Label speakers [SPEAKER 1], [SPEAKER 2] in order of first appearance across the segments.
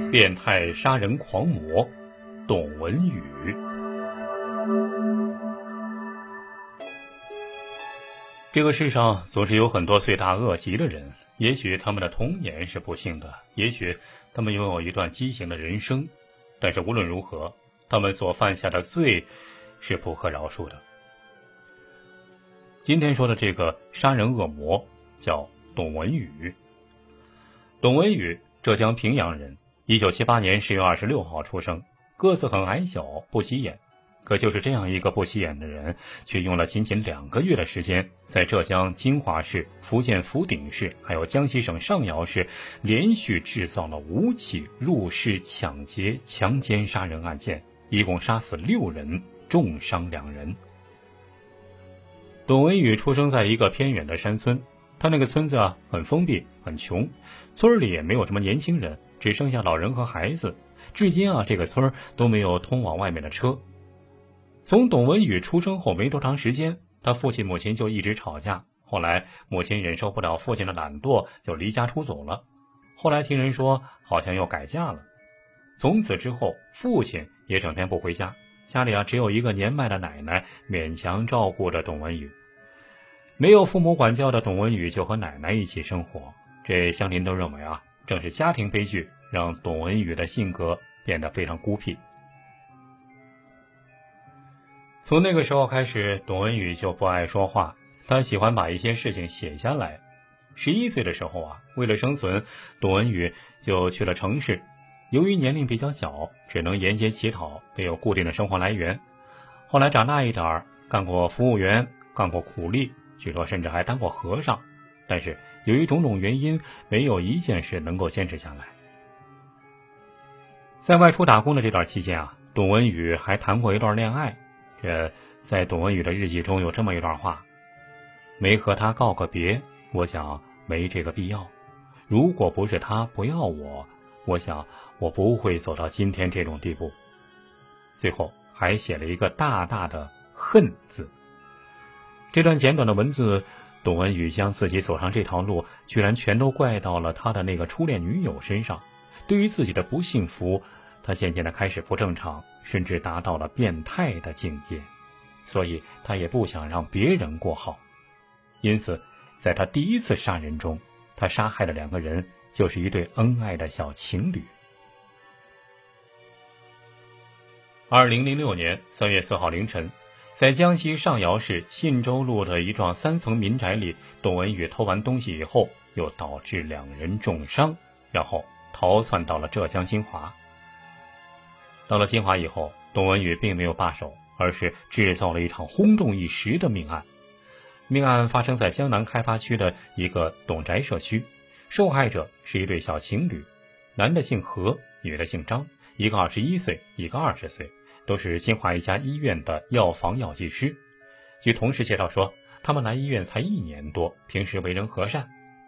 [SPEAKER 1] 变态杀人狂魔董文宇。这个世上总是有很多罪大恶极的人，也许他们的童年是不幸的，也许他们拥有一段畸形的人生，但是无论如何，他们所犯下的罪是不可饶恕的。今天说的这个杀人恶魔叫董文宇。董文宇，浙江平阳人，1978年10月26号出生，个子很矮小，不起眼。可就是这样一个不起眼的人，却用了仅仅2个月的时间，在浙江金华市、福建福鼎市还有江西省上饶市连续制造了5起入室抢劫、强奸杀人案件，一共杀死6人，重伤2人。董文宇出生在一个偏远的山村，他那个村子很封闭，很穷，村里也没有什么年轻人，只剩下老人和孩子。至今这个村都没有通往外面的车。从董文宇出生后没多长时间，他父亲母亲就一直吵架，后来母亲忍受不了父亲的懒惰，就离家出走了。后来听人说好像又改嫁了。从此之后，父亲也整天不回家，家里只有一个年迈的奶奶勉强照顾着董文宇。没有父母管教的董文宇就和奶奶一起生活，这乡邻都认为正是家庭悲剧让董文宇的性格变得非常孤僻。从那个时候开始，董文宇就不爱说话，他喜欢把一些事情写下来。11岁的时候为了生存，董文宇就去了城市。由于年龄比较小，只能沿街乞讨，没有固定的生活来源。后来长大一点，干过服务员，干过苦力，据说甚至还当过和尚，但是由于种种原因，没有一件事能够坚持下来。在外出打工的这段期间董文宇还谈过一段恋爱。这在董文宇的日记中有这么一段话：没和他告个别，我想没这个必要。如果不是他不要我，我想我不会走到今天这种地步。最后还写了一个大大的恨字。这段简短的文字，董文宇将自己走上这条路居然全都怪到了他的那个初恋女友身上。对于自己的不幸福，他渐渐地开始不正常，甚至达到了变态的境界，所以他也不想让别人过好。因此在他第一次杀人中，他杀害的2个人就是一对恩爱的小情侣。2006年3月4号凌晨，在江西上饶市信州路的一幢3层民宅里，董文宇偷完东西以后，又导致2人重伤，然后逃窜到了浙江金华。到了金华以后，董文宇并没有罢手，而是制造了一场轰动一时的命案。命案发生在江南开发区的一个董宅社区，受害者是一对小情侣，男的姓何，女的姓张，一个21岁，一个20岁，都是金华一家医院的药房药剂师。据同事介绍说，他们来医院才1年多，平时为人和善。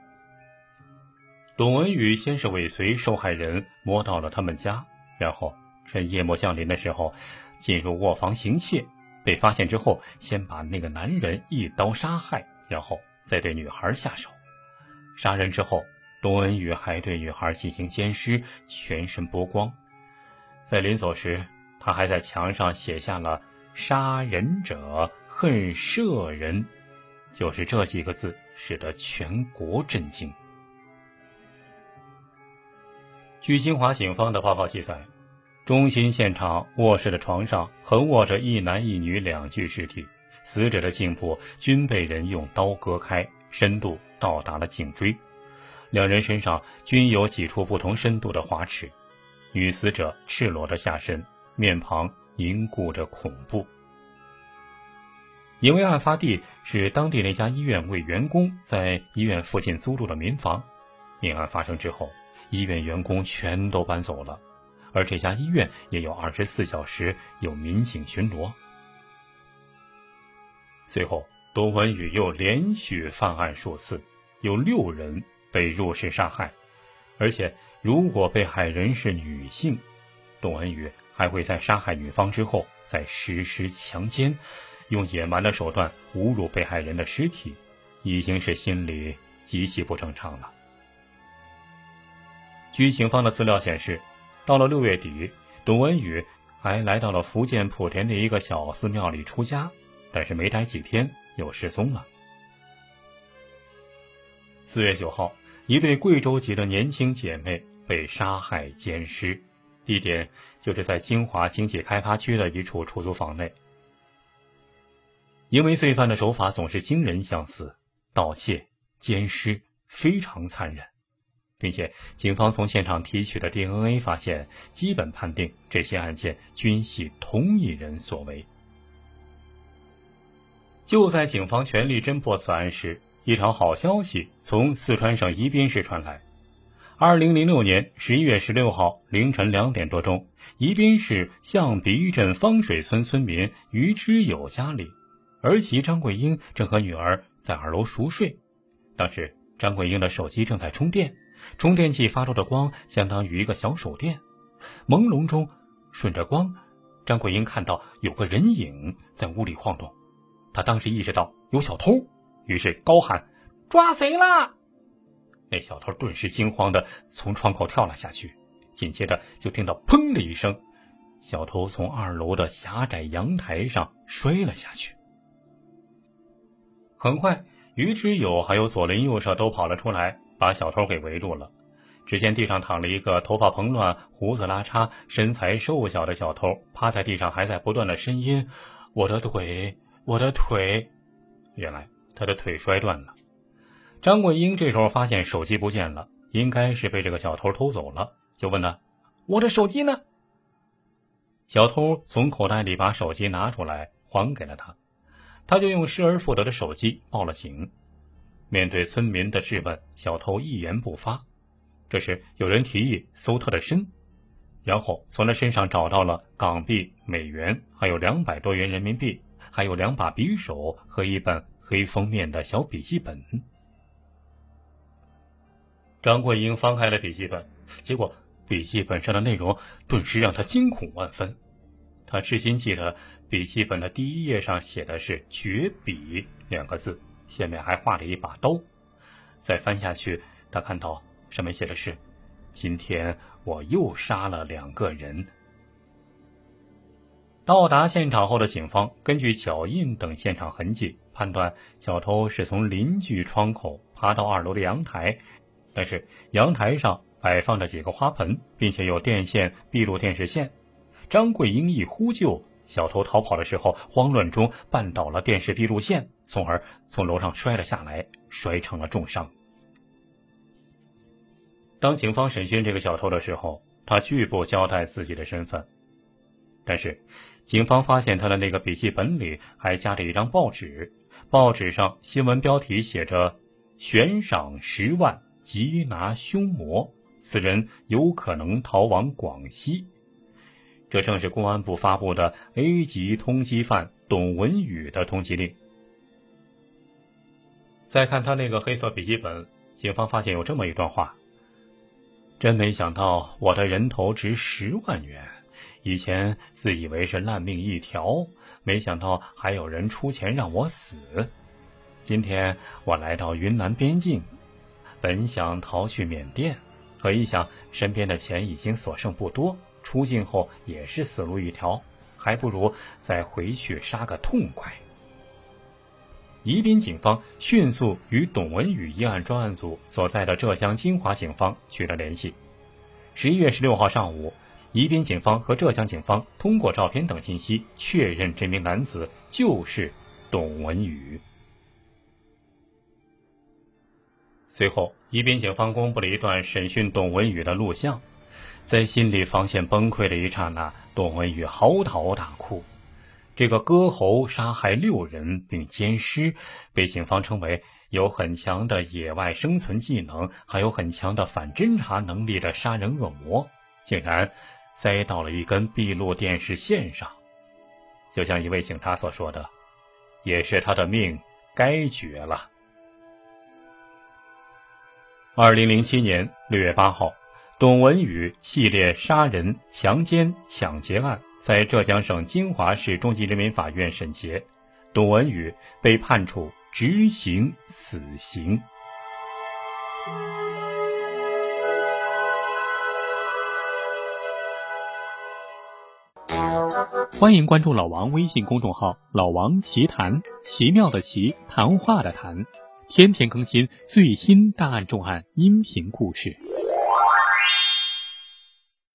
[SPEAKER 1] 董文宇先是尾随受害人摸到了他们家，然后趁夜幕降临的时候进入卧房行窃，被发现之后先把那个男人一刀杀害，然后再对女孩下手。杀人之后，董文宇还对女孩进行奸尸，全身剥光。在临走时，他还在墙上写下了杀人者恨舍人，就是这几个字使得全国震惊。据金华警方的报告记载，中心现场卧室的床上横卧着一男一女2具尸体，死者的颈部均被人用刀割开，深度到达了颈椎，2人身上均有几处不同深度的划齿。女死者赤裸着下身，面庞凝固着恐怖。因为案发地是当地那家医院为员工在医院附近租住的民房，命案发生之后，医院员工全都搬走了，而这家医院也有24小时有民警巡逻。随后，董文宇又连续犯案数次，有6人被入室杀害，而且如果被害人是女性，董文宇还会在杀害女方之后再实施强奸，用野蛮的手段侮辱被害人的尸体，已经是心理极其不正常了。据警方的资料显示， 到了6月底，董文宇还来到了福建莆田的一个小寺庙里出家，但是没待几天又失踪了。4月9号，一对贵州籍的年轻姐妹被杀害奸尸，地点就是在金华经济开发区的一处出租房内。因为罪犯的手法总是惊人相似，盗窃、奸尸非常残忍，并且警方从现场提取的 DNA 发现，基本判定这些案件均系同一人所为。就在警方全力侦破此案时，一条好消息从四川省宜宾市传来。2006年11月16号凌晨2点多钟，宜宾市象鼻镇方水村村民于之友家里，儿媳张桂英正和女儿在2楼熟睡。当时张桂英的手机正在充电，充电器发出的光相当于一个小手电。朦胧中，顺着光，张桂英看到有个人影在屋里晃动。她当时意识到有小偷，于是高喊：“抓谁啦！”那小偷顿时惊慌地从窗口跳了下去，紧接着就听到砰的一声，小偷从2楼的狭窄阳台上摔了下去。很快，于之友还有左邻右舍都跑了出来，把小偷给围住了。只见地上躺了一个头发蓬乱、胡子拉碴、身材瘦小的小偷，趴在地上还在不断的呻吟：“我的腿，我的腿！”原来他的腿摔断了。张桂英这时候发现手机不见了，应该是被这个小偷偷走了，就问他：“我的手机呢？”小偷从口袋里把手机拿出来还给了他，他就用失而复得的手机报了警。面对村民的质问，小偷一言不发。这时有人提议搜他的身，然后从他身上找到了港币、美元，还有200多元人民币，还有2把匕首和一本黑封面的小笔记本。张桂英翻开了笔记本，结果笔记本上的内容顿时让他惊恐万分。他至今记得笔记本的第1页上写的是绝笔2个字，下面还画了一把刀。再翻下去，他看到上面写的是：“今天我又杀了2个人。”到达现场后的警方根据脚印等现场痕迹，判断小偷是从邻居窗口爬到2楼的阳台，但是阳台上摆放着几个花盆，并且有电线、闭路电视线。张桂英一呼救，小偷逃跑的时候慌乱中绊倒了电视闭路线，从而从楼上摔了下来，摔成了重伤。当警方审讯这个小偷的时候，他拒不交代自己的身份，但是警方发现他的那个笔记本里还夹着一张报纸，报纸上新闻标题写着：“悬赏10万缉拿凶魔，此人有可能逃往广西。”这正是公安部发布的 A 级通缉犯董文宇的通缉令。再看他那个黑色笔记本，警方发现有这么一段话：“真没想到我的人头值10万元，以前自以为是烂命一条，没想到还有人出钱让我死。今天我来到云南边境，本想逃去缅甸，可一想身边的钱已经所剩不多，出境后也是死路一条，还不如再回去杀个痛快。”宜宾警方迅速与董文宇一案专案组所在的浙江金华警方取得联系。11月16号上午，宜宾警方和浙江警方通过照片等信息确认这名男子就是董文宇。随后，宜宾警方公布了一段审讯董文宇的录像。在心理防线崩溃的一刹那，董文宇嚎啕大哭。这个割喉杀害6人并奸尸，被警方称为有很强的野外生存技能，还有很强的反侦查能力的杀人恶魔，竟然栽到了一根闭路电视线上。就像一位警察所说的，也是他的命该绝了。2007年6月8号，董文宇系列杀人、强奸、抢劫案在浙江省金华市中级人民法院审结，董文宇被判处执行死刑。
[SPEAKER 2] 欢迎关注老王微信公众号“老王奇谈”，奇妙的奇，谈话的谈，天天更新最新大案重案音频故事。